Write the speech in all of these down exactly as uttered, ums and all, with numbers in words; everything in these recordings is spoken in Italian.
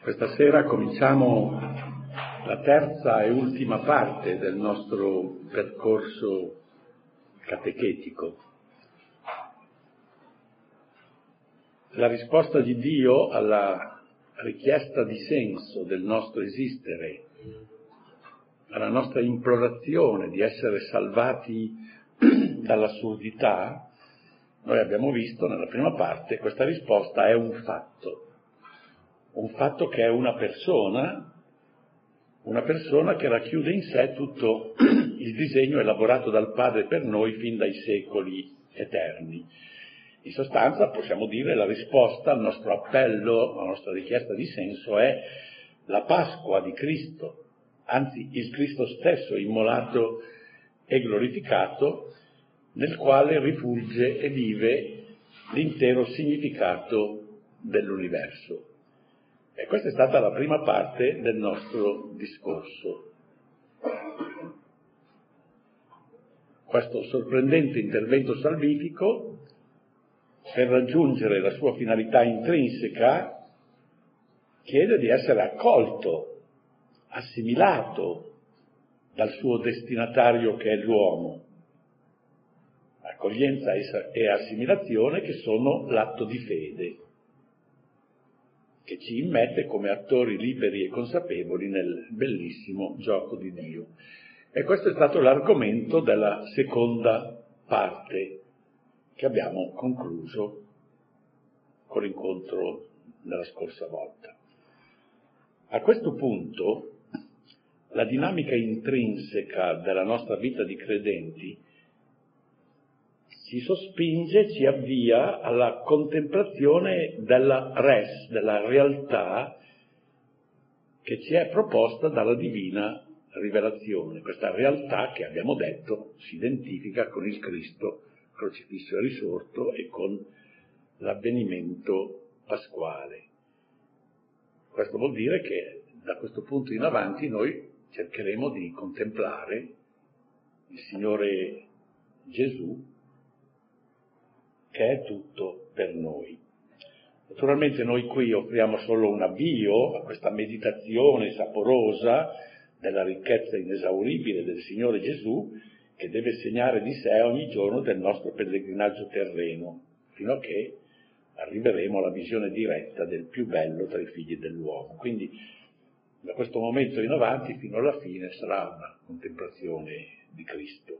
Questa sera cominciamo la terza e ultima parte del nostro percorso catechetico. La risposta di Dio alla richiesta di senso del nostro esistere, alla nostra implorazione di essere salvati dall'assurdità, noi abbiamo visto nella prima parte, questa risposta è un fatto. Un fatto che è una persona, una persona che racchiude in sé tutto il disegno elaborato dal Padre per noi fin dai secoli eterni. In sostanza possiamo dire la risposta al nostro appello, alla nostra richiesta di senso è la Pasqua di Cristo, anzi il Cristo stesso immolato e glorificato, nel quale rifulge e vive l'intero significato dell'universo. E questa è stata la prima parte del nostro discorso. Questo sorprendente intervento salvifico, per raggiungere la sua finalità intrinseca, chiede di essere accolto, assimilato dal suo destinatario che è l'uomo. Accoglienza e assimilazione che sono l'atto di fede, che ci immette come attori liberi e consapevoli nel bellissimo gioco di Dio. E questo è stato l'argomento della seconda parte che abbiamo concluso con l'incontro della scorsa volta. A questo punto, la dinamica intrinseca della nostra vita di credenti ci sospinge, ci avvia alla contemplazione della res, della realtà che ci è proposta dalla divina rivelazione. Questa realtà che abbiamo detto si identifica con il Cristo crocifisso e risorto e con l'avvenimento pasquale. Questo vuol dire che da questo punto in avanti noi cercheremo di contemplare il Signore Gesù, che è tutto per noi. Naturalmente noi qui offriamo solo un avvio a questa meditazione saporosa della ricchezza inesauribile del Signore Gesù, che deve segnare di sé ogni giorno del nostro pellegrinaggio terreno, fino a che arriveremo alla visione diretta del più bello tra i figli dell'uomo. Quindi da questo momento in avanti fino alla fine sarà una contemplazione di Cristo.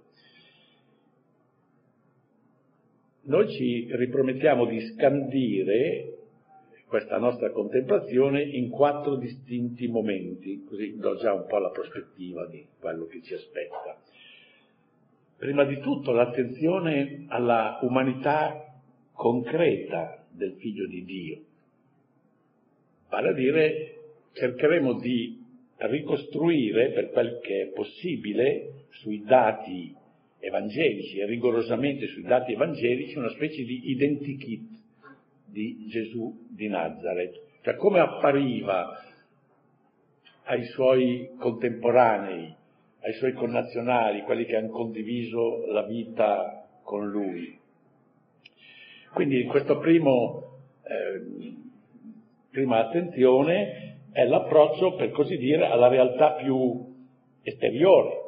Noi ci ripromettiamo di scandire questa nostra contemplazione in quattro distinti momenti, così do già un po' la prospettiva di quello che ci aspetta. Prima di tutto l'attenzione alla umanità concreta del Figlio di Dio. Vale a dire, cercheremo di ricostruire, per quel che è possibile, sui dati evangelici e rigorosamente sui dati evangelici, una specie di identikit di Gesù di Nazareth, cioè come appariva ai suoi contemporanei, ai suoi connazionali, quelli che hanno condiviso la vita con lui. Quindi questo primo eh, prima attenzione è l'approccio, per così dire, alla realtà più esteriore,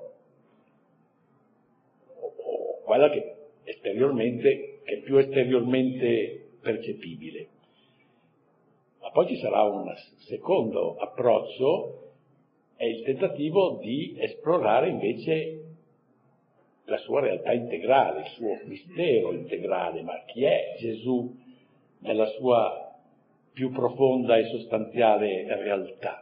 quella che esteriormente, che è più esteriormente percepibile. Ma poi ci sarà un secondo approccio, è il tentativo di esplorare invece la sua realtà integrale, il suo mistero integrale, ma chi è Gesù nella sua più profonda e sostanziale realtà.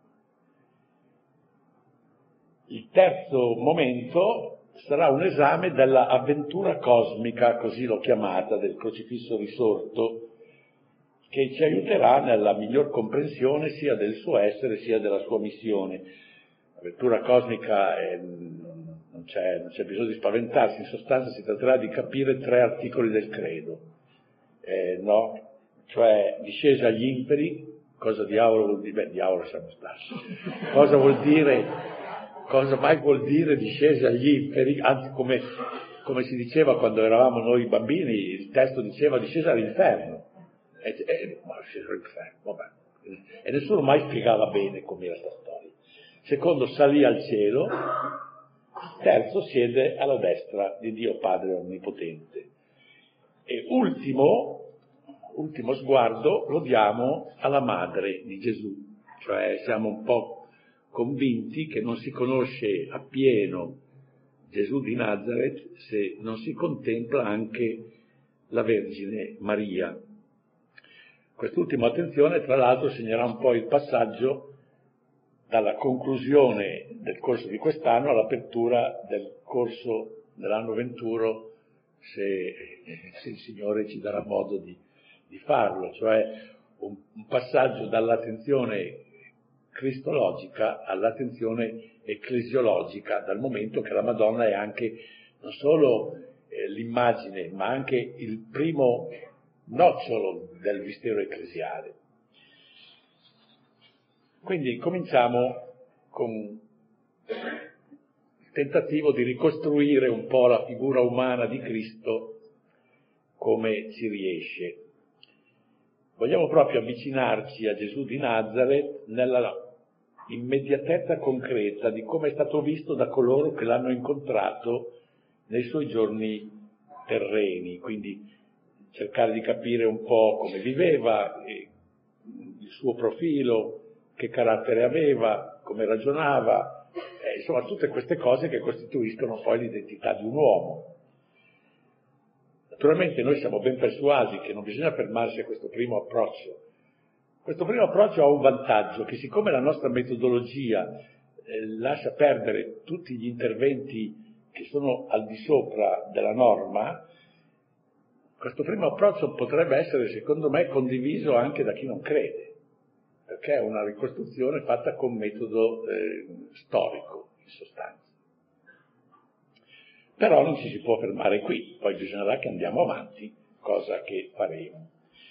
Il terzo momento sarà un esame della avventura cosmica, così l'ho chiamata, del crocifisso risorto, che ci aiuterà nella miglior comprensione sia del suo essere sia della sua missione. L'avventura cosmica è, non, c'è, non c'è bisogno di spaventarsi, in sostanza si tratterà di capire tre articoli del credo, eh, no? Cioè discesa agli imperi, cosa diavolo vuol dire? Beh, diavolo siamo stati. Cosa vuol dire? Cosa mai vuol dire discesa agli inferi? Anzi, come, come si diceva quando eravamo noi bambini, il testo diceva discesa all'inferno. E, e, ma discesa all'inferno, vabbè, e nessuno mai spiegava bene com'era questa storia. Secondo, salì al cielo. Terzo, siede alla destra di Dio Padre Onnipotente. E ultimo, ultimo sguardo lo diamo alla madre di Gesù, cioè siamo un po' convinti che non si conosce appieno Gesù di Nazareth se non si contempla anche la Vergine Maria. Quest'ultima attenzione, tra l'altro, segnerà un po' il passaggio dalla conclusione del corso di quest'anno all'apertura del corso dell'anno venturo, se, se il Signore ci darà modo di, di farlo, cioè un, un passaggio dall'attenzione cristologica all'attenzione ecclesiologica, dal momento che la Madonna è anche non solo eh, l'immagine, ma anche il primo nocciolo del mistero ecclesiale. Quindi cominciamo con il tentativo di ricostruire un po' la figura umana di Cristo come ci riesce. Vogliamo proprio avvicinarci a Gesù di Nazareth nella immediatezza concreta di come è stato visto da coloro che l'hanno incontrato nei suoi giorni terreni, quindi cercare di capire un po' come viveva, il suo profilo, che carattere aveva, come ragionava, eh, insomma tutte queste cose che costituiscono poi l'identità di un uomo. Naturalmente noi siamo ben persuasi che non bisogna fermarsi a questo primo approccio. Questo primo approccio ha un vantaggio, che siccome la nostra metodologia eh, lascia perdere tutti gli interventi che sono al di sopra della norma, questo primo approccio potrebbe essere, secondo me, condiviso anche da chi non crede, perché è una ricostruzione fatta con metodo eh, storico, in sostanza. Però non ci si può fermare qui, poi bisognerà che andiamo avanti, cosa che faremo.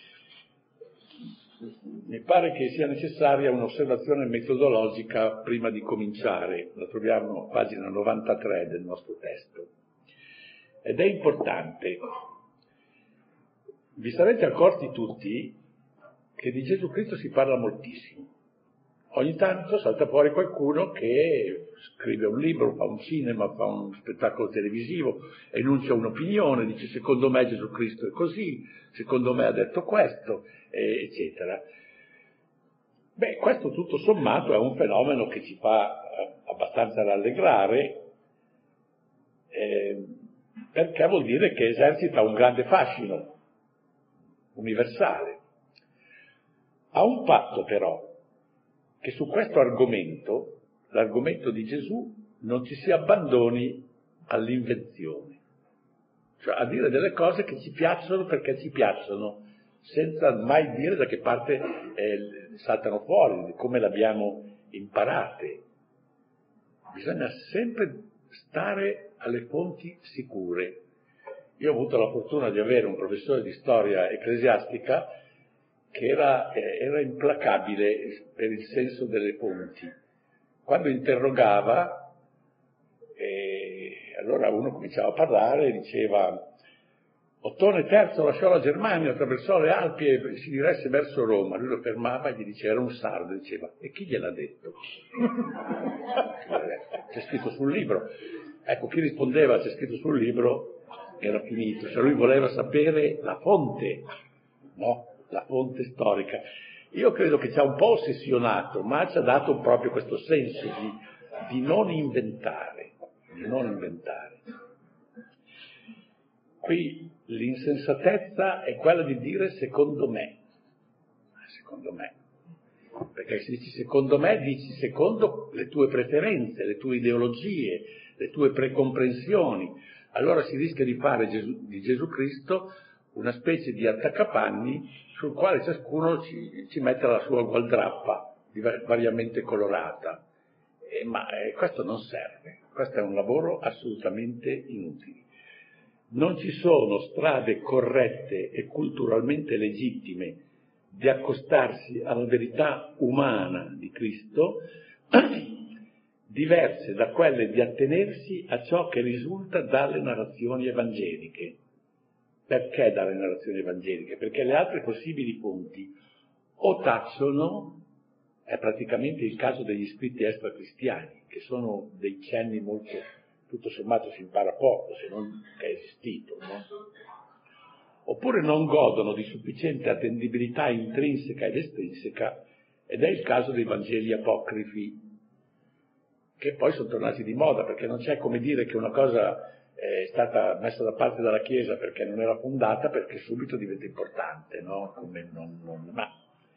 Mi pare che sia necessaria un'osservazione metodologica prima di cominciare, la troviamo a pagina novantatré del nostro testo, ed è importante. Vi sarete accorti tutti che di Gesù Cristo si parla moltissimo. Ogni tanto salta fuori qualcuno che scrive un libro, fa un cinema, fa un spettacolo televisivo, enuncia un'opinione, dice secondo me Gesù Cristo è così, secondo me ha detto questo, eh, eccetera. Beh, questo tutto sommato è un fenomeno che ci fa eh, abbastanza rallegrare, eh, perché vuol dire che esercita un grande fascino universale. Ha un patto però, che su questo argomento, l'argomento di Gesù, non ci si abbandoni all'invenzione, cioè a dire delle cose che ci piacciono perché ci piacciono, senza mai dire da che parte eh, saltano fuori, come le abbiamo imparate. Bisogna sempre stare alle fonti sicure. Io ho avuto la fortuna di avere un professore di storia ecclesiastica che era, eh, era implacabile per il senso delle fonti. Quando interrogava, eh, allora uno cominciava a parlare e diceva Ottone terzo lasciò la Germania, attraversò le Alpi e si diresse verso Roma. Lui lo fermava e gli diceva, era un sardo, diceva, e chi gliel'ha detto? C'è scritto sul libro. Ecco, chi rispondeva c'è scritto sul libro era finito, cioè lui voleva sapere la fonte, no? La fonte storica. Io credo che ci ha un po' ossessionato, ma ci ha dato proprio questo senso di, di non inventare, di non inventare. Qui l'insensatezza è quella di dire secondo me, secondo me, perché se dici secondo me dici secondo le tue preferenze, le tue ideologie, le tue precomprensioni, allora si rischia di fare Gesù, di Gesù Cristo una specie di attaccapanni sul quale ciascuno ci, ci mette la sua gualdrappa variamente colorata, eh, ma eh, questo non serve, questo è un lavoro assolutamente inutile. Non ci sono strade corrette e culturalmente legittime di accostarsi alla verità umana di Cristo diverse da quelle di attenersi a ciò che risulta dalle narrazioni evangeliche. Perché dalle narrazioni evangeliche? Perché le altre possibili fonti o tacciono, è praticamente il caso degli scritti extracristiani, che sono dei cenni molto, tutto sommato si impara poco, se non che è esistito, no? Oppure non godono di sufficiente attendibilità intrinseca ed estrinseca, ed è il caso dei Vangeli apocrifi, che poi sono tornati di moda, perché non c'è come dire che una cosa è stata messa da parte dalla Chiesa perché non era fondata, perché subito diventa importante, no? Come non, non, ma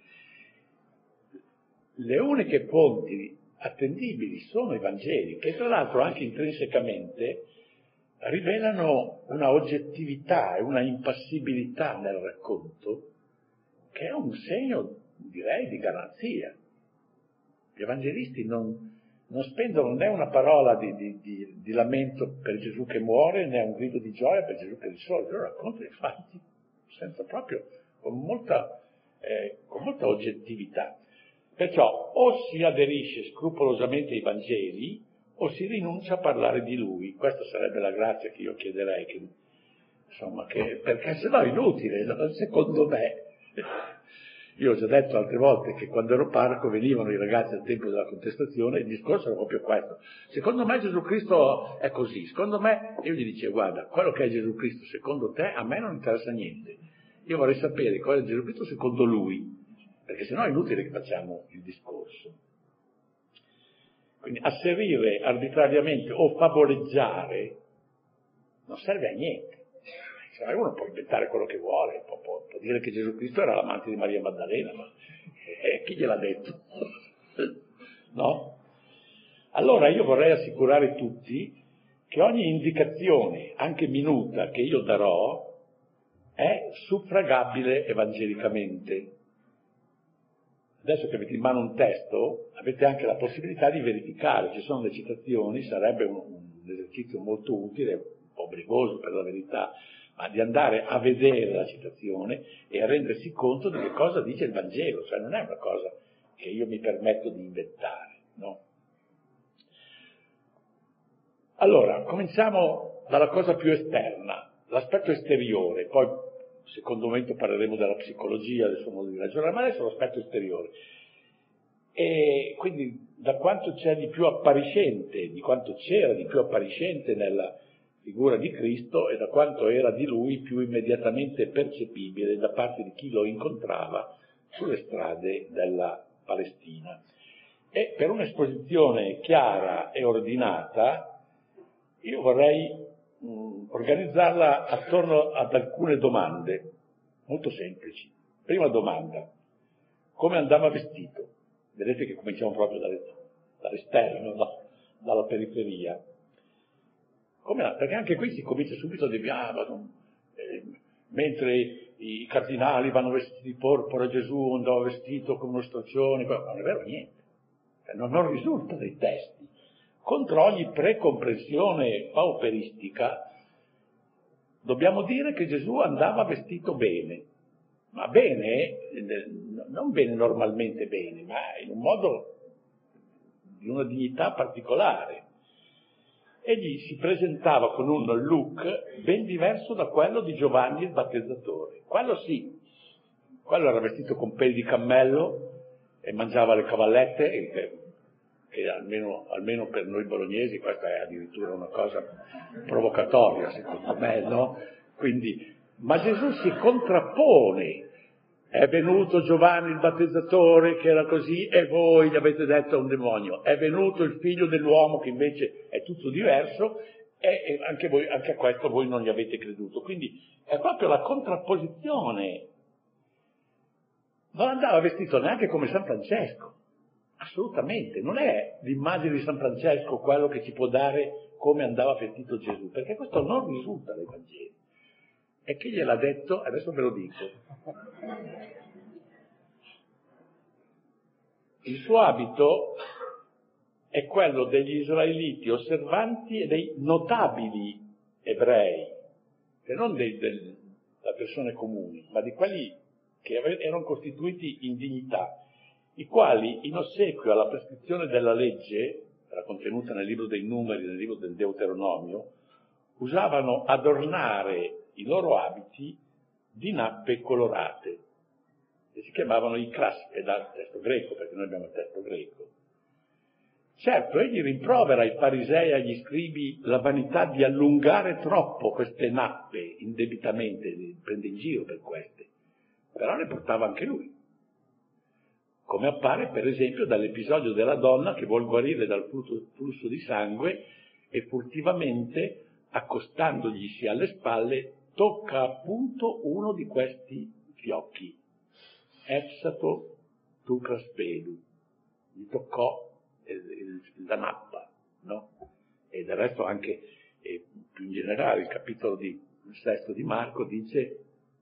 le uniche fonti attendibili sono i Vangeli, che tra l'altro anche intrinsecamente rivelano una oggettività e una impassibilità nel racconto, che è un segno, direi, di garanzia. Gli evangelisti non, non spendono né una parola di, di, di, di lamento per Gesù che muore, né un grido di gioia per Gesù che risorge, loro raccontano i fatti senza proprio, con molta, eh, con molta oggettività. Perciò o si aderisce scrupolosamente ai Vangeli o si rinuncia a parlare di lui. Questa sarebbe la grazia che io chiederei, che, insomma, che, perché sennò è inutile, secondo me. Io ho già detto altre volte che quando ero parroco venivano i ragazzi al tempo della contestazione e il discorso era proprio questo. Secondo me Gesù Cristo è così, secondo me, io gli dicevo, guarda, quello che è Gesù Cristo secondo te a me non interessa niente. Io vorrei sapere qual è Gesù Cristo secondo lui, perché sennò è inutile che facciamo il discorso. Quindi asserire arbitrariamente o favoreggiare non serve a niente. Cioè, uno può inventare quello che vuole, può, può, può dire che Gesù Cristo era l'amante di Maria Maddalena, ma eh, chi gliel'ha detto? No? Allora io vorrei assicurare tutti che ogni indicazione, anche minuta, che io darò è suffragabile evangelicamente. Adesso che avete in mano un testo, avete anche la possibilità di verificare, ci sono le citazioni, sarebbe un, un esercizio molto utile, un po' brigoso per la verità, ma di andare a vedere la citazione e a rendersi conto di che cosa dice il Vangelo, cioè non è una cosa che io mi permetto di inventare, no? Allora, cominciamo dalla cosa più esterna, l'aspetto esteriore, poi secondo momento parleremo della psicologia, del suo modo di ragionare, ma adesso l'aspetto esteriore. E quindi da quanto c'è di più appariscente, di quanto c'era di più appariscente nella figura di Cristo e da quanto era di lui più immediatamente percepibile da parte di chi lo incontrava sulle strade della Palestina. E per un'esposizione chiara e ordinata io vorrei mh, organizzarla attorno ad alcune domande molto semplici. Prima domanda: come andava vestito? Vedete che cominciamo proprio dall'esterno, no? Dalla periferia. Come, perché anche qui si comincia subito a dire, ah, ma non, eh, mentre i cardinali vanno vestiti di porpora, Gesù andava vestito come uno straccione, ma non è vero niente, non, non risulta dai testi. Contro ogni precomprensione pauperistica dobbiamo dire che Gesù andava vestito bene, ma bene, non bene normalmente bene, ma in un modo di una dignità particolare. Egli si presentava con un look ben diverso da quello di Giovanni il Battezzatore. Quello sì, quello era vestito con peli di cammello e mangiava le cavallette, e, e almeno, almeno per noi bolognesi questa è addirittura una cosa provocatoria, secondo me, no? Quindi, ma Gesù si contrappone. È venuto Giovanni il Battezzatore che era così e voi gli avete detto a un demonio. È venuto il figlio dell'uomo che invece è tutto diverso e, e anche, voi, anche a questo voi non gli avete creduto. Quindi è proprio la contrapposizione. Non andava vestito neanche come San Francesco, assolutamente. Non è l'immagine di San Francesco quello che ci può dare come andava vestito Gesù, perché questo non risulta dai Vangeli. E chi gliel'ha detto? Adesso ve lo dico. Il suo abito è quello degli israeliti osservanti e dei notabili ebrei, che non dei, del, da persone comuni, ma di quelli che erano costituiti in dignità, i quali, in ossequio alla prescrizione della legge, era contenuta nel libro dei Numeri, nel libro del Deuteronomio, usavano adornare i loro abiti di nappe colorate. e si chiamavano i claspi, dal testo greco, perché noi abbiamo il testo greco. Certo, egli rimprovera ai farisei e agli scribi la vanità di allungare troppo queste nappe indebitamente, li prende in giro per queste, però le portava anche lui. Come appare per esempio dall'episodio della donna che vuol guarire dal flusso di sangue e furtivamente, accostandoglisi alle spalle, tocca appunto uno di questi fiocchi. Epsato tu craspedu. Gli toccò il, il, la nappa, no? E del resto anche, eh, più in generale, il capitolo di, il sesto di Marco dice: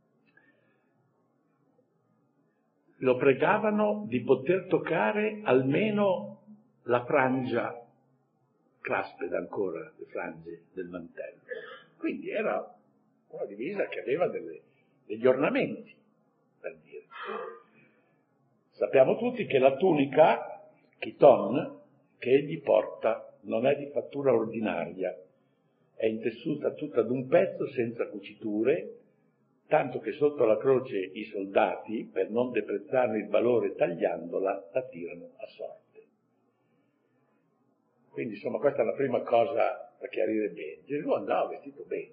lo pregavano di poter toccare almeno la frangia, claspeda ancora, le frange del mantello. Quindi era una divisa che aveva delle, degli ornamenti, per dire. Sappiamo tutti che la tunica, chiton, che egli porta, non è di fattura ordinaria, è intessuta tutta d'un pezzo senza cuciture, tanto che sotto la croce i soldati, per non deprezzarne il valore tagliandola, la tirano a sorte. Quindi insomma questa è la prima cosa da chiarire bene. Gesù andava vestito bene.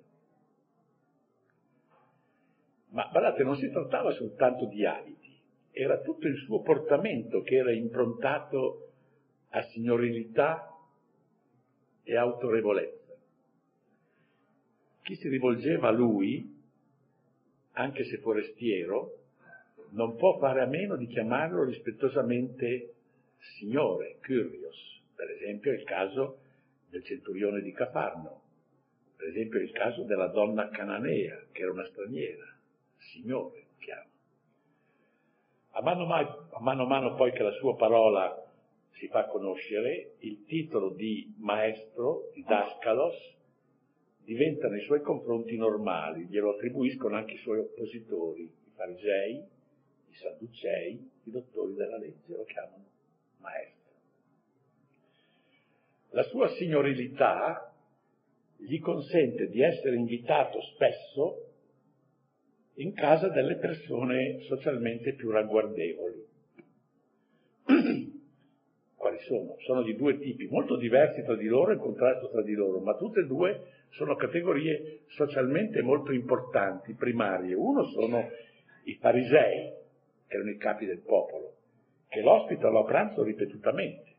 Ma guardate, non si trattava soltanto di abiti, era tutto il suo portamento che era improntato a signorilità e autorevolezza. Chi si rivolgeva a lui, anche se forestiero, non può fare a meno di chiamarlo rispettosamente Signore, Kyrios. Per esempio il caso del centurione di Cafarno, per esempio il caso della donna cananea, che era una straniera, Signore lo chiama. A mano, mano, a mano a mano poi che la sua parola si fa conoscere, il titolo di maestro, di Dascalos, diventa nei suoi confronti normali, glielo attribuiscono anche i suoi oppositori, i farisei, i sadducei, i dottori della legge, lo chiamano maestro. La sua signorilità gli consente di essere invitato spesso in casa delle persone socialmente più ragguardevoli. Quali sono? Sono di due tipi, molto diversi tra di loro, in contrasto tra di loro, ma tutte e due sono categorie socialmente molto importanti, primarie. Uno sono i farisei, che erano i capi del popolo, che lo ospitano a pranzo ripetutamente.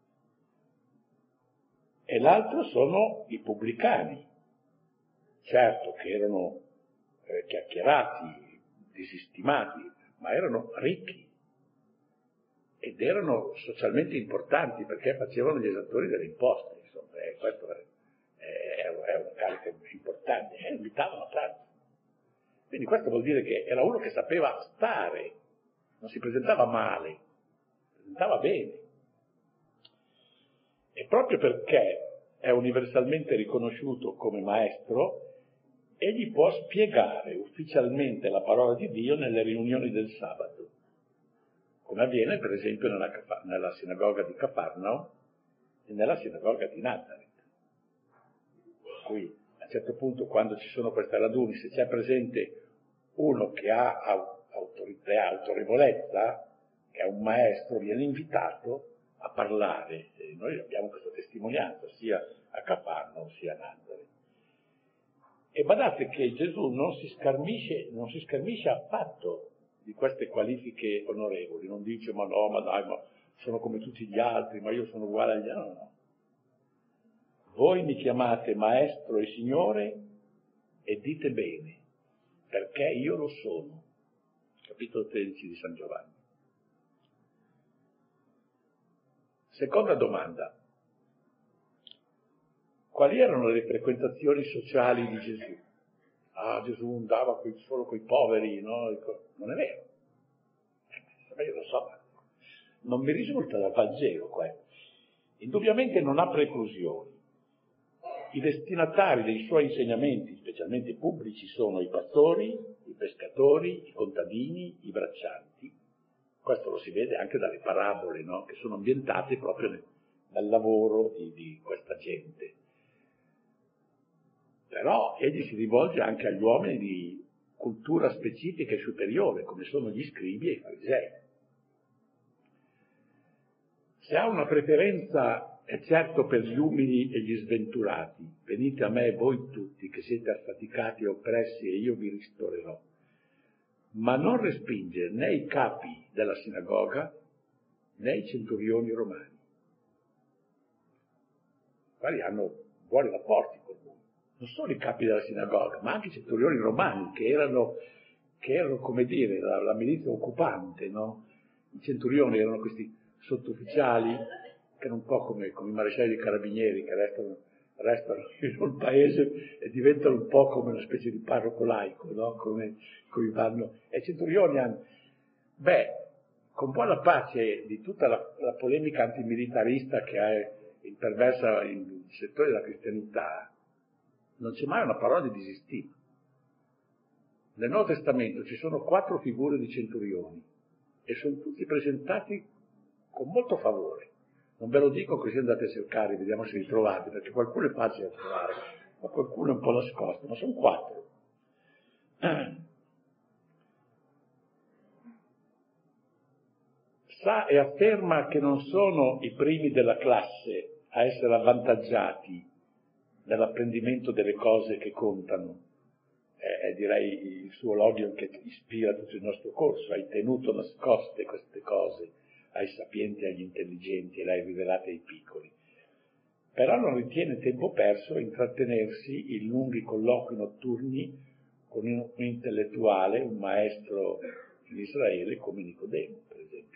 E l'altro sono i pubblicani, certo che erano eh, chiacchierati, disistimati, ma erano ricchi ed erano socialmente importanti perché facevano gli esattori delle imposte, insomma, e questo è, è, è un carico importante, e invitavano a pranzo. Quindi questo vuol dire che era uno che sapeva stare, non si presentava male, si presentava bene. E proprio perché è universalmente riconosciuto come maestro, egli può spiegare ufficialmente la parola di Dio nelle riunioni del sabato, come avviene per esempio nella, nella sinagoga di Cafarnao e nella sinagoga di Nazareth. Qui a un certo punto, quando ci sono queste raduni, se c'è presente uno che ha autorità, autorevolezza, che è un maestro, viene invitato a parlare. E noi abbiamo questa testimonianza sia a Cafarnao sia a Nazareth. E badate che Gesù non si scarnisce, non si scarnisce affatto di queste qualifiche onorevoli, non dice ma no, ma dai, ma sono come tutti gli altri, ma io sono uguale agli altri, no, no. Voi mi chiamate maestro e signore e dite bene, perché io lo sono. Capitolo tredici di San Giovanni. Seconda domanda. Quali erano le frequentazioni sociali di Gesù? Ah, Gesù andava solo coi poveri, no? Non è vero. Eh, io lo so, ma non mi risulta dal Vangelo questo. Indubbiamente non ha preclusioni. I destinatari dei suoi insegnamenti, specialmente pubblici, sono i pastori, i pescatori, i contadini, i braccianti. Questo lo si vede anche dalle parabole, no? Che sono ambientate proprio nel, nel lavoro di, di questa gente. Però egli si rivolge anche agli uomini di cultura specifica e superiore, come sono gli scribi e i farisei. Se ha una preferenza, è certo per gli umili e gli sventurati. Venite a me voi tutti che siete affaticati e oppressi e io vi ristorerò. Ma non respinge né i capi della sinagoga né i centurioni romani. Quali hanno buoni rapporti con lui. Non solo i capi della sinagoga, ma anche i centurioni romani, che erano, che erano come dire, la, la milizia occupante, no? I centurioni erano questi sottufficiali che erano un po' come, come i marescialli dei carabinieri che restano, restano in un paese e diventano un po' come una specie di parroco laico, no? Come, come vanno. E i centurioni hanno, beh, con buona pace di tutta la, la polemica antimilitarista che è imperversa in settore della cristianità, non c'è mai una parola di disistima. Nel Nuovo Testamento ci sono quattro figure di centurioni e sono tutti presentati con molto favore. Non ve lo dico così andate a cercare, vediamo se li trovate, perché qualcuno è facile da trovare, ma qualcuno è un po' nascosto, ma sono quattro. Sa e afferma che non sono i primi della classe a essere avvantaggiati nell'apprendimento delle cose che contano. È, è direi il suo logio che ispira tutto il nostro corso. Hai tenuto nascoste queste cose ai sapienti e agli intelligenti e le hai rivelate ai piccoli. Però non ritiene tempo perso intrattenersi in lunghi colloqui notturni con un intellettuale, un maestro in Israele come Nicodemo, per esempio.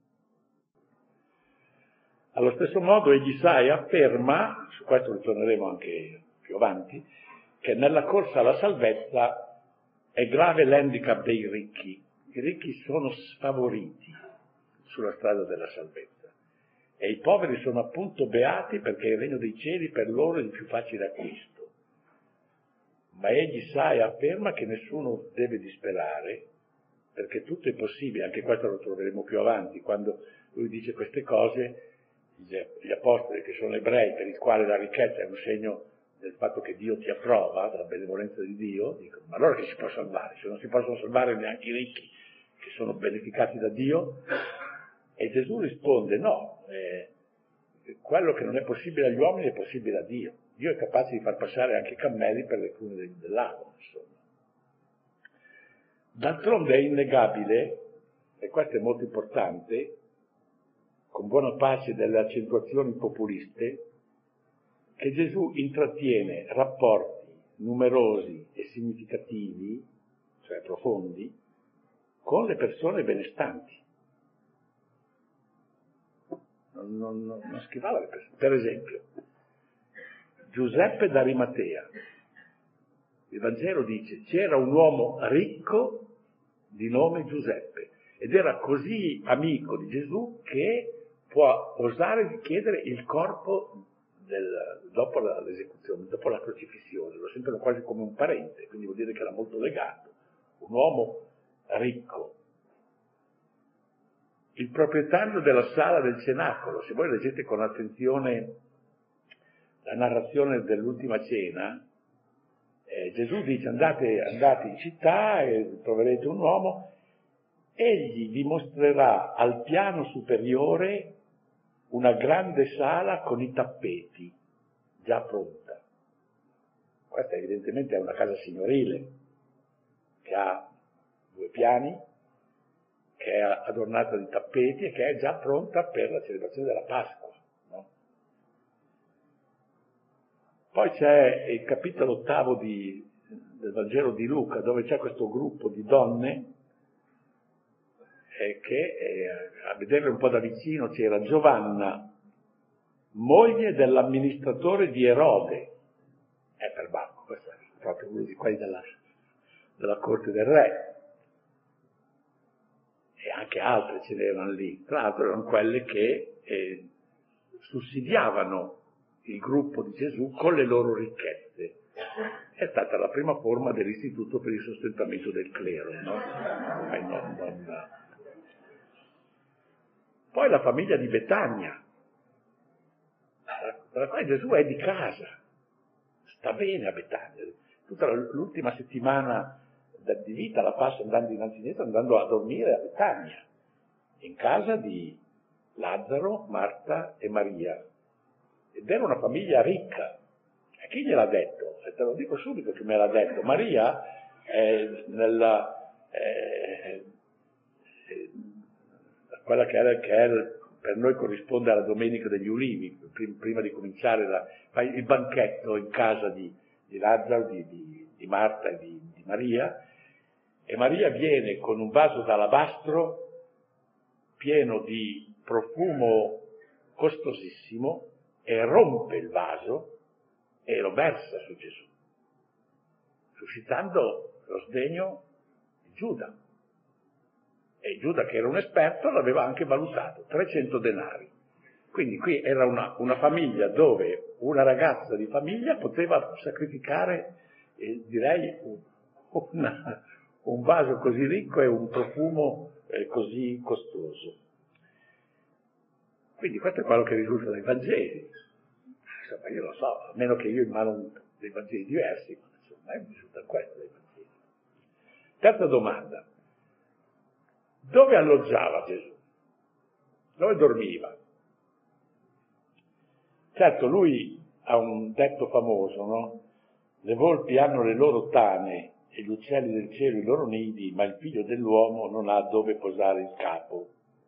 Allo stesso modo egli sa e afferma, su questo ritorneremo anche più avanti, che nella corsa alla salvezza è grave l'handicap dei ricchi. I ricchi sono sfavoriti sulla strada della salvezza e i poveri sono appunto beati perché il regno dei cieli per loro è di più facile acquisto. Ma egli sa e afferma che nessuno deve disperare perché tutto è possibile, anche questo lo troveremo più avanti, quando lui dice queste cose. Gli apostoli, che sono ebrei, per i quali la ricchezza è un segno del fatto che Dio ti approva, della benevolenza di Dio, dicono, ma allora che si può salvare? Se non si possono salvare neanche i ricchi, che sono beneficati da Dio? E Gesù risponde, no, eh, quello che non è possibile agli uomini è possibile a Dio. Dio è capace di far passare anche i cammelli per le crune del, del lago, insomma. D'altronde è innegabile, e questo è molto importante, con buona pace delle accentuazioni populiste, che Gesù intrattiene rapporti numerosi e significativi, cioè profondi, con le persone benestanti. Non, non, non schivava le persone. Per esempio, Giuseppe d'Arimatea, il Vangelo dice, c'era un uomo ricco di nome Giuseppe, ed era così amico di Gesù che può osare di chiedere il corpo del, dopo l'esecuzione, dopo la crocifissione, lo sentono quasi come un parente, quindi vuol dire che era molto legato, un uomo ricco. Il proprietario della sala del cenacolo, se voi leggete con attenzione la narrazione dell'ultima cena, eh, Gesù dice andate, andate in città e troverete un uomo, egli vi mostrerà al piano superiore una grande sala con i tappeti già pronta. Questa evidentemente è una casa signorile che ha due piani, che è adornata di tappeti e che è già pronta per la celebrazione della Pasqua. No? Poi c'è il capitolo ottavo di, del Vangelo di Luca, dove c'è questo gruppo di donne che eh, a vederle un po' da vicino c'era Giovanna, moglie dell'amministratore di Erode, è per Bacco, questo è proprio uno di quelli della, della corte del re, e anche altre ce n'erano lì, tra l'altro erano quelle che eh, sussidiavano il gruppo di Gesù con le loro ricchezze. È stata la prima forma dell'istituto per il sostentamento del clero, no? Non, non, Poi la famiglia di Betania, dalla quale Gesù è di casa, sta bene a Betania. Tutta l'ultima settimana di vita la passa andando innanzi e indietro, andando a dormire a Betania, in casa di Lazzaro, Marta e Maria. Ed era una famiglia ricca. E chi gliel'ha detto? E te lo dico subito che me l'ha detto. Maria, eh, nella, eh, eh, quella che, era, che era, per noi corrisponde alla Domenica degli Ulivi, prima di cominciare la, il banchetto in casa di, di Lazzaro, di, di, di Marta e di, di Maria, e Maria viene con un vaso d'alabastro pieno di profumo costosissimo e rompe il vaso e lo versa su Gesù, suscitando lo sdegno di Giuda. E Giuda, che era un esperto, l'aveva anche valutato, trecento denari. Quindi qui era una, una famiglia dove una ragazza di famiglia poteva sacrificare, eh, direi, una, un vaso così ricco e un profumo eh, così costoso. Quindi questo è quello che risulta dai Vangeli. Insomma, io lo so, a meno che io in mano dei Vangeli diversi, ma insomma, mi risulta questo dai Vangeli. Terza domanda. Dove alloggiava Gesù? Dove dormiva? Certo, lui ha un detto famoso, no? Le volpi hanno le loro tane e gli uccelli del cielo i loro nidi, ma il figlio dell'uomo non ha dove posare il capo.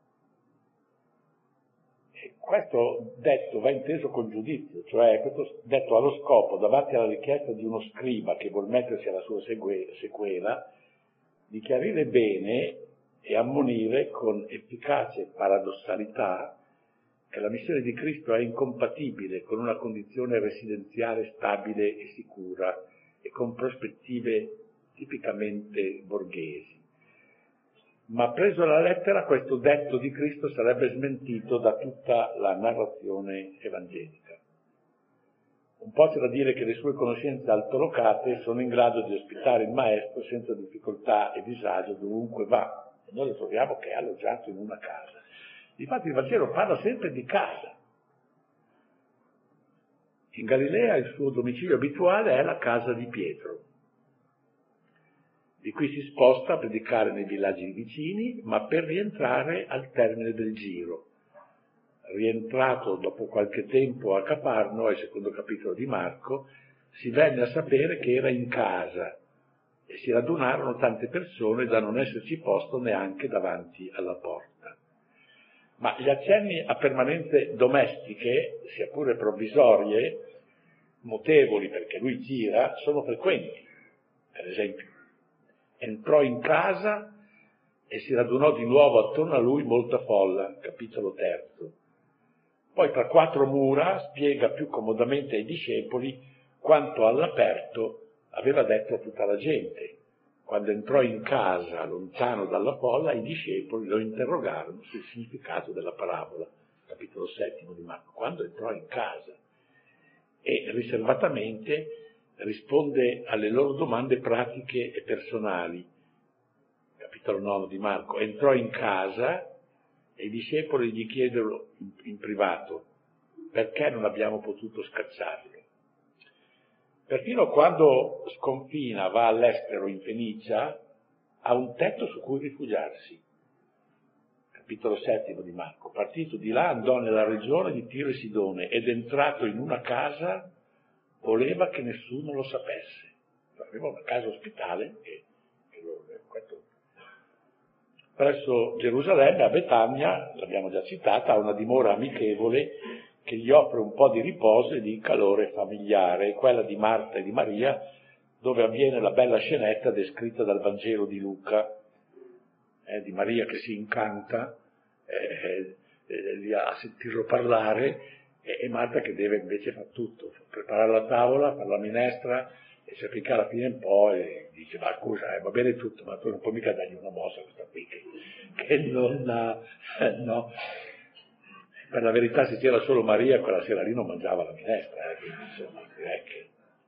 E questo detto va inteso con giudizio, cioè questo detto ha lo scopo, davanti alla richiesta di uno scriba che vuol mettersi alla sua segue- sequela, di chiarire bene e ammonire con efficace paradossalità che la missione di Cristo è incompatibile con una condizione residenziale stabile e sicura e con prospettive tipicamente borghesi. Ma preso alla lettera questo detto di Cristo sarebbe smentito da tutta la narrazione evangelica. Un po' c'è da dire che le sue conoscenze altolocate sono in grado di ospitare il Maestro senza difficoltà e disagio dovunque va. E noi lo troviamo che è alloggiato in una casa. Infatti il Vangelo parla sempre di casa. In Galilea il suo domicilio abituale è la casa di Pietro. Di cui si sposta a predicare nei villaggi vicini, ma per rientrare al termine del giro. Rientrato dopo qualche tempo a Caparno, al secondo capitolo di Marco, si venne a sapere che era in casa e si radunarono tante persone da non esserci posto neanche davanti alla porta. Ma gli accenni a permanenze domestiche, sia pure provvisorie, notevoli perché lui gira, sono frequenti. Per esempio, entrò in casa e si radunò di nuovo attorno a lui molta folla, capitolo terzo. Poi tra quattro mura spiega più comodamente ai discepoli quanto all'aperto aveva detto a tutta la gente. Quando entrò in casa, lontano dalla folla, i discepoli lo interrogarono sul significato della parabola, capitolo settimo di Marco, quando entrò in casa. E riservatamente risponde alle loro domande pratiche e personali. Capitolo nove di Marco, entrò in casa e i discepoli gli chiedono in, in privato perché non abbiamo potuto scacciarlo. Perfino quando sconfina, va all'estero in Fenicia, ha un tetto su cui rifugiarsi. Capitolo settimo di Marco, partito di là andò nella regione di Tiro e Sidone ed entrato in una casa voleva che nessuno lo sapesse. Aveva una casa ospitale e, e lo, questo. Presso Gerusalemme, a Betania, l'abbiamo già citata, ha una dimora amichevole che gli offre un po' di riposo e di calore familiare, quella di Marta e di Maria, dove avviene la bella scenetta descritta dal Vangelo di Luca, eh, di Maria che si incanta eh, eh, a sentirlo parlare, e, e Marta che deve invece fare tutto, preparare la tavola, fare la minestra, e si applica alla fine un po' e dice: ma scusa, eh, va bene tutto, ma tu non puoi mica dargli una mossa a questa qui che, che non ha, eh, no. Per la verità, se c'era solo Maria, quella sera lì non mangiava la minestra, eh, quindi insomma, direi che...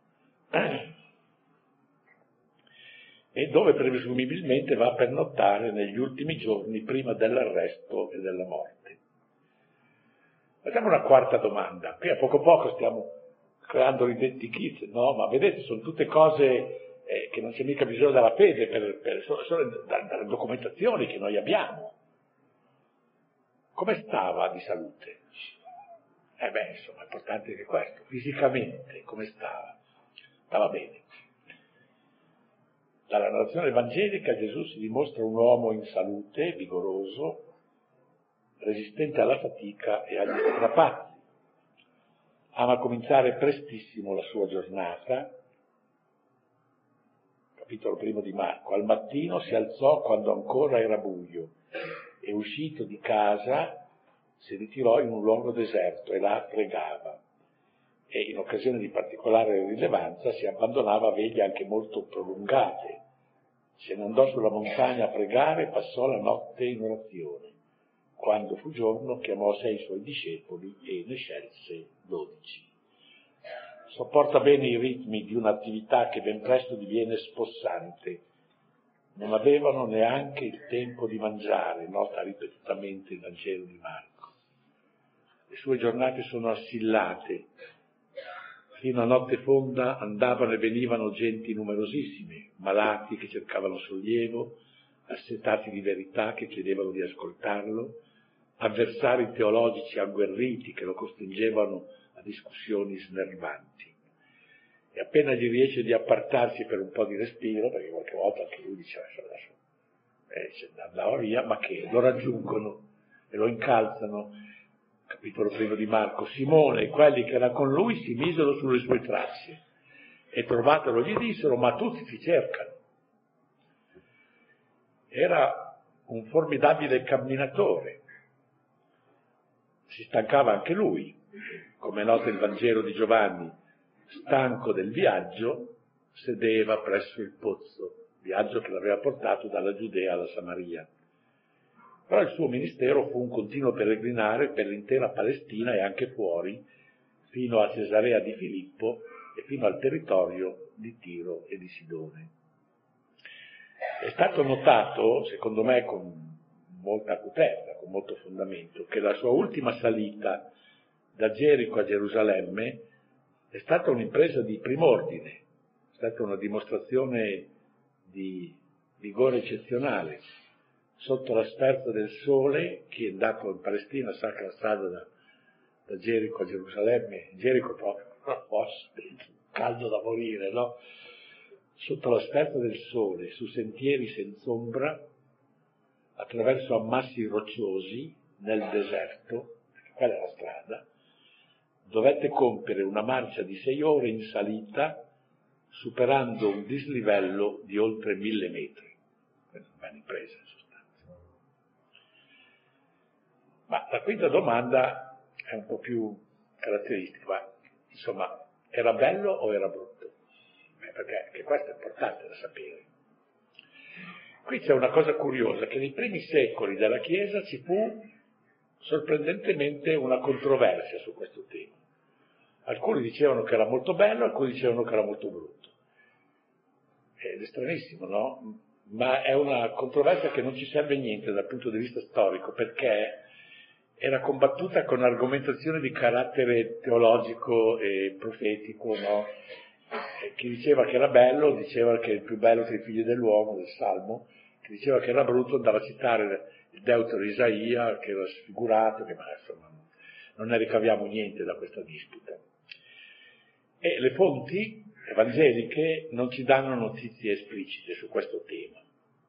E dove presumibilmente va a pernottare negli ultimi giorni prima dell'arresto e della morte. Facciamo una quarta domanda. Qui a poco a poco stiamo creando ridentichizze, no? Ma vedete, sono tutte cose eh, che non c'è mica bisogno della fede, per, per, solo, solo dalle documentazioni che noi abbiamo. Come stava di salute? Eh beh, insomma, è importante che questo, fisicamente, come stava? Stava bene. Dalla narrazione evangelica Gesù si dimostra un uomo in salute, vigoroso, resistente alla fatica e agli strapazzi. Ama cominciare prestissimo la sua giornata. Capitolo primo di Marco. Al mattino si alzò quando ancora era buio e uscito di casa si ritirò in un luogo deserto e là pregava. E in occasioni di particolare rilevanza si abbandonava a veglie anche molto prolungate. Se ne andò sulla montagna a pregare e passò la notte in orazione. Quando fu giorno chiamò sei suoi discepoli e ne scelse dodici. Sopporta bene i ritmi di un'attività che ben presto diviene spossante. Non avevano neanche il tempo di mangiare, nota ripetutamente il Vangelo di Marco. Le sue giornate sono assillate. Fino a notte fonda andavano e venivano genti numerosissime, malati che cercavano sollievo, assetati di verità che chiedevano di ascoltarlo, avversari teologici agguerriti che lo costringevano a discussioni snervanti. E appena gli riesce di appartarsi per un po' di respiro, perché qualche volta anche lui diceva adesso eh, andava via, ma che lo raggiungono e lo incalzano. Capitolo primo di Marco. Simone e quelli che erano con lui si misero sulle sue tracce e trovatelo gli dissero: ma tutti ti cercano. Era un formidabile camminatore. Si stancava anche lui, come nota il Vangelo di Giovanni, stanco del viaggio, sedeva presso il pozzo, viaggio che l'aveva portato dalla Giudea alla Samaria. Però il suo ministero fu un continuo peregrinare per l'intera Palestina e anche fuori, fino a Cesarea di Filippo e fino al territorio di Tiro e di Sidone. È stato notato, secondo me con molta acutezza, con molto fondamento, che la sua ultima salita da Gerico a Gerusalemme è stata un'impresa di prim'ordine, è stata una dimostrazione di vigore eccezionale. Sotto la sferza del sole, chi è andato in Palestina sa che la strada da, da Gerico a Gerusalemme, Gerico è proprio una fossa, caldo da morire, no? Sotto la sferza del sole, su sentieri senza ombra, attraverso ammassi rocciosi, nel deserto, quella è la strada, dovette compiere una marcia di sei ore in salita, superando un dislivello di oltre mille metri. Questa è una bella impresa, in sostanza. Ma la quinta domanda è un po' più caratteristica, ma insomma, era bello o era brutto? Beh, perché anche questo è importante da sapere. Qui c'è una cosa curiosa, che nei primi secoli della Chiesa ci fu sorprendentemente una controversia su questo tema. Alcuni dicevano che era molto bello, alcuni dicevano che era molto brutto. Ed è stranissimo, no? Ma è una controversia che non ci serve niente dal punto di vista storico, perché era combattuta con argomentazioni di carattere teologico e profetico, no? E chi diceva che era bello diceva che è il più bello tra i figli dell'uomo, del Salmo, chi diceva che era brutto andava a citare il deutero Isaia, che era sfigurato, che ma insomma non ne ricaviamo niente da questa disputa. E le fonti evangeliche non ci danno notizie esplicite su questo tema.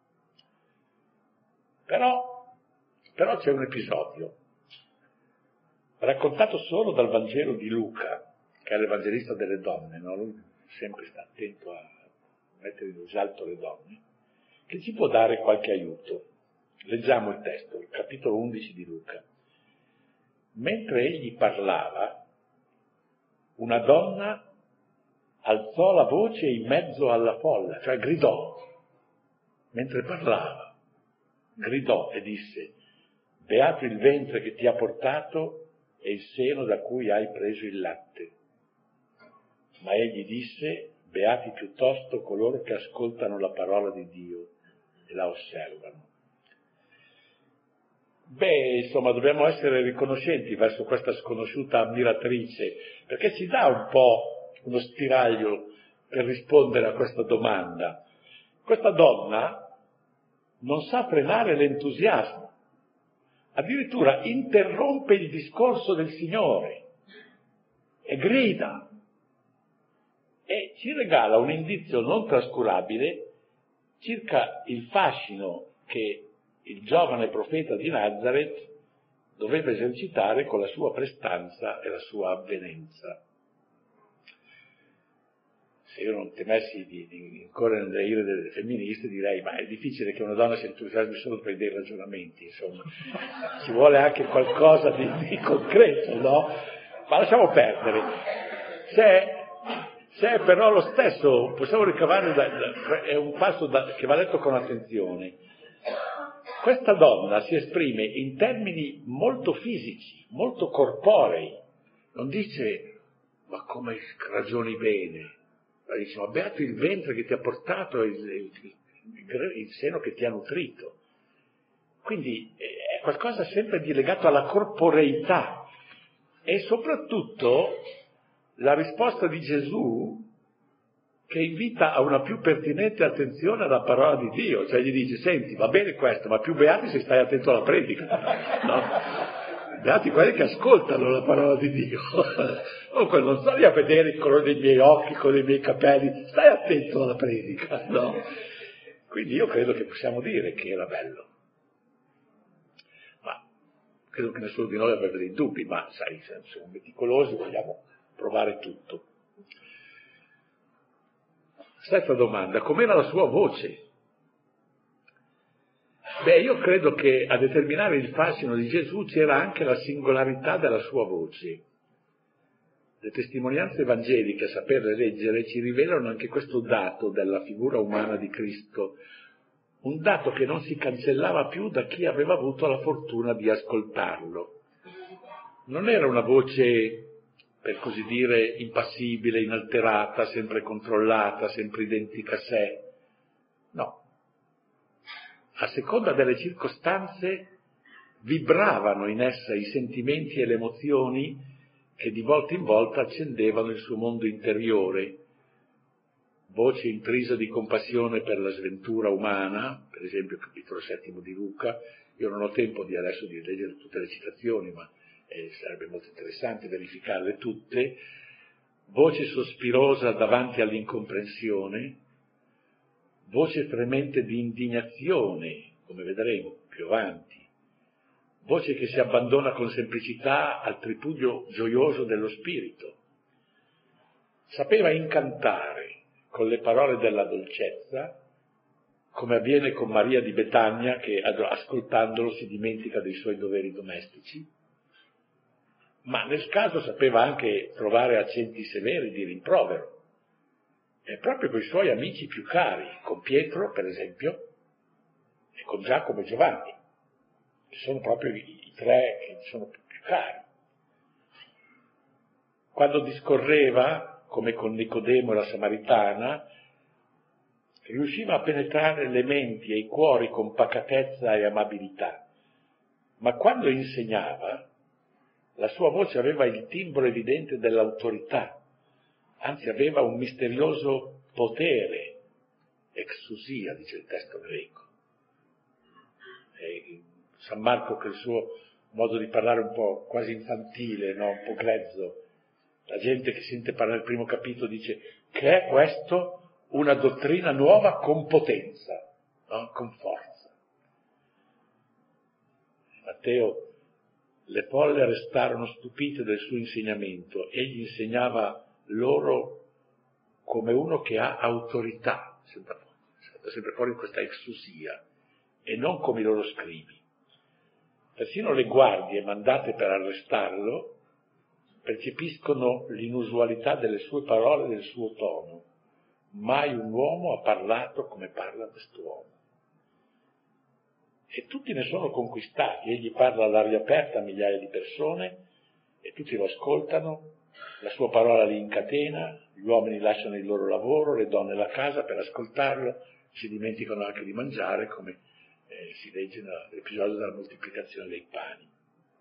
Però, però c'è un episodio, raccontato solo dal Vangelo di Luca, che è l'evangelista delle donne, no? Lui sempre sta attento a mettere in risalto le donne, che ci può dare qualche aiuto. Leggiamo il testo, il capitolo undici di Luca. Mentre egli parlava, una donna alzò la voce in mezzo alla folla, cioè gridò, mentre parlava, gridò e disse: beato il ventre che ti ha portato e il seno da cui hai preso il latte. Ma egli disse: beati piuttosto coloro che ascoltano la parola di Dio e la osservano. Beh, insomma, dobbiamo essere riconoscenti verso questa sconosciuta ammiratrice, perché ci dà un po' uno spiraglio per rispondere a questa domanda. Questa donna non sa frenare l'entusiasmo, addirittura interrompe il discorso del Signore e grida e ci regala un indizio non trascurabile circa il fascino che il giovane profeta di Nazareth doveva esercitare con la sua prestanza e la sua avvenenza. Se io non temessi di, di incorrere nelle ire delle femministe, direi ma è difficile che una donna si entusiasmi solo per dei ragionamenti, insomma, ci vuole anche qualcosa di, di concreto, no? Ma lasciamo perdere. Se, se è però lo stesso, possiamo ricavare, da, da, è un passo da, che va letto con attenzione. Questa donna si esprime in termini molto fisici, molto corporei, non dice ma come ragioni bene, ma dice ma beato il ventre che ti ha portato, il, il, il, il seno che ti ha nutrito. Quindi è qualcosa sempre di legato alla corporeità e soprattutto la risposta di Gesù che invita a una più pertinente attenzione alla parola di Dio, cioè gli dice senti va bene questo, ma più beati se stai attento alla predica, no? Beati quelli che ascoltano la parola di Dio. Comunque non sto lì a vedere il colore dei miei occhi con i miei capelli, stai attento alla predica, no? Quindi io credo che possiamo dire che era bello. Ma credo che nessuno di noi aveva dei dubbi, ma sai, siamo meticolosi, vogliamo provare tutto. Stessa domanda, com'era la sua voce? Beh, io credo che a determinare il fascino di Gesù c'era anche la singolarità della sua voce. Le testimonianze evangeliche, a saperle leggere, ci rivelano anche questo dato della figura umana di Cristo, un dato che non si cancellava più da chi aveva avuto la fortuna di ascoltarlo. Non era una voce, per così dire, impassibile, inalterata, sempre controllata, sempre identica a sé. No. A seconda delle circostanze vibravano in essa i sentimenti e le emozioni che di volta in volta accendevano il suo mondo interiore. Voce intrisa di compassione per la sventura umana, per esempio il capitolo settimo di Luca. Io non ho tempo di adesso di leggere tutte le citazioni, ma eh, sarebbe molto interessante verificarle tutte. Voce sospirosa davanti all'incomprensione, voce fremente di indignazione, come vedremo più avanti, voce che si abbandona con semplicità al tripudio gioioso dello spirito. Sapeva incantare con le parole della dolcezza, come avviene con Maria di Betania che ascoltandolo si dimentica dei suoi doveri domestici, ma nel caso sapeva anche trovare accenti severi di rimprovero. E proprio con i suoi amici più cari, con Pietro per esempio, e con Giacomo e Giovanni, che sono proprio i, i tre che sono più, più cari. Quando discorreva, come con Nicodemo e la Samaritana, riusciva a penetrare le menti e i cuori con pacatezza e amabilità, ma quando insegnava, la sua voce aveva il timbro evidente dell'autorità, anzi aveva un misterioso potere, exousia, dice il testo greco. E San Marco, che il suo modo di parlare un po' quasi infantile, no? Un po' grezzo, la gente che sente parlare il primo capitolo dice che è questo una dottrina nuova con potenza, no? Con forza. Matteo, le folle restarono stupite del suo insegnamento, egli insegnava loro come uno che ha autorità, sempre, sempre fuori questa exousia, e non come i loro scribi. Persino le guardie mandate per arrestarlo percepiscono l'inusualità delle sue parole e del suo tono. Mai un uomo ha parlato come parla quest'uomo. E tutti ne sono conquistati, egli parla all'aria aperta a migliaia di persone e tutti lo ascoltano, la sua parola li incatena, gli uomini lasciano il loro lavoro, le donne la casa per ascoltarlo, si dimenticano anche di mangiare, come eh, si legge nell'episodio della moltiplicazione dei pani.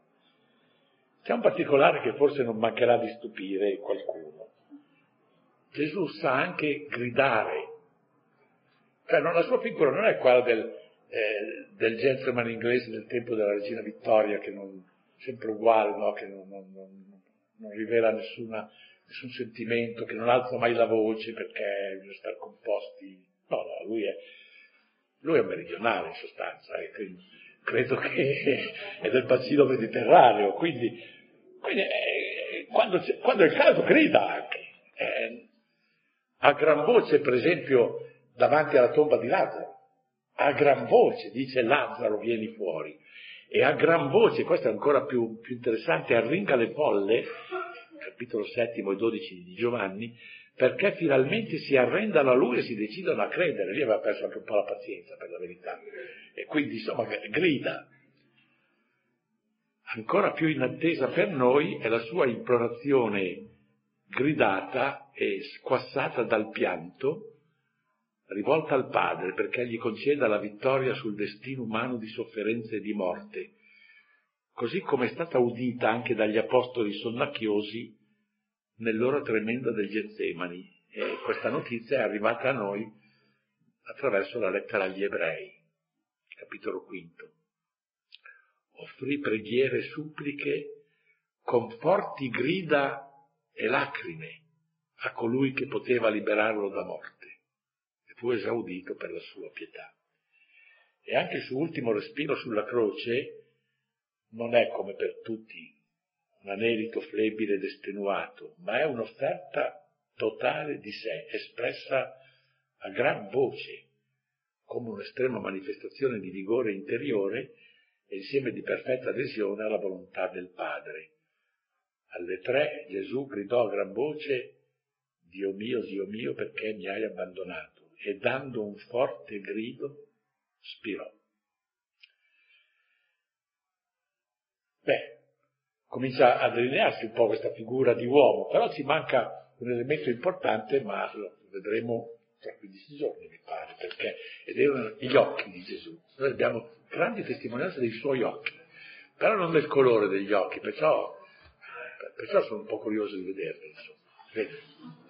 C'è un particolare che forse non mancherà di stupire qualcuno. Gesù sa anche gridare. Cioè, non, la sua figura non è quella del, eh, del gentleman inglese del tempo della regina Vittoria, che non sempre uguale, no? Che non, non, non, non rivela nessuna, nessun sentimento, che non alza mai la voce perché bisogna stare composti. No, no, lui è, lui è un meridionale in sostanza, e quindi credo che è del bacino mediterraneo, quindi, quindi eh, quando, quando è il caso grida anche. Eh, a gran voce, per esempio, davanti alla tomba di Lazzaro, a gran voce dice: Lazzaro, vieni fuori. E a gran voce, questo è ancora più, più interessante, arringa le folle, capitolo settimo e dodici di Giovanni, perché finalmente si arrendano a lui e si decidano a credere. Lì aveva perso anche un po' la pazienza, per la verità. E quindi, insomma, grida. Ancora più in attesa per noi è la sua implorazione gridata e squassata dal pianto, rivolta al Padre perché gli conceda la vittoria sul destino umano di sofferenza e di morte, così come è stata udita anche dagli apostoli sonnacchiosi nell'ora tremenda del Getsemani. E questa notizia è arrivata a noi attraverso la lettera agli Ebrei, capitolo quinto. Offrì preghiere e suppliche con forti grida e lacrime a colui che poteva liberarlo da morte, e fu esaudito per la sua pietà. E anche il suo ultimo respiro sulla croce non è, come per tutti, un anelito flebile ed estenuato, ma è un'offerta totale di sé, espressa a gran voce, come un'estrema manifestazione di vigore interiore e insieme di perfetta adesione alla volontà del Padre. Alle tre Gesù gridò a gran voce: Dio mio, Dio mio, perché mi hai abbandonato? E dando un forte grido spirò. Beh, comincia a delinearsi un po' questa figura di uomo, però ci manca un elemento importante, ma lo vedremo tra quindici giorni, mi pare, perché ed erano gli occhi di Gesù. Noi abbiamo grandi testimonianze dei suoi occhi, però non del colore degli occhi, perciò, perciò sono un po' curioso di vederli, insomma. Vedi?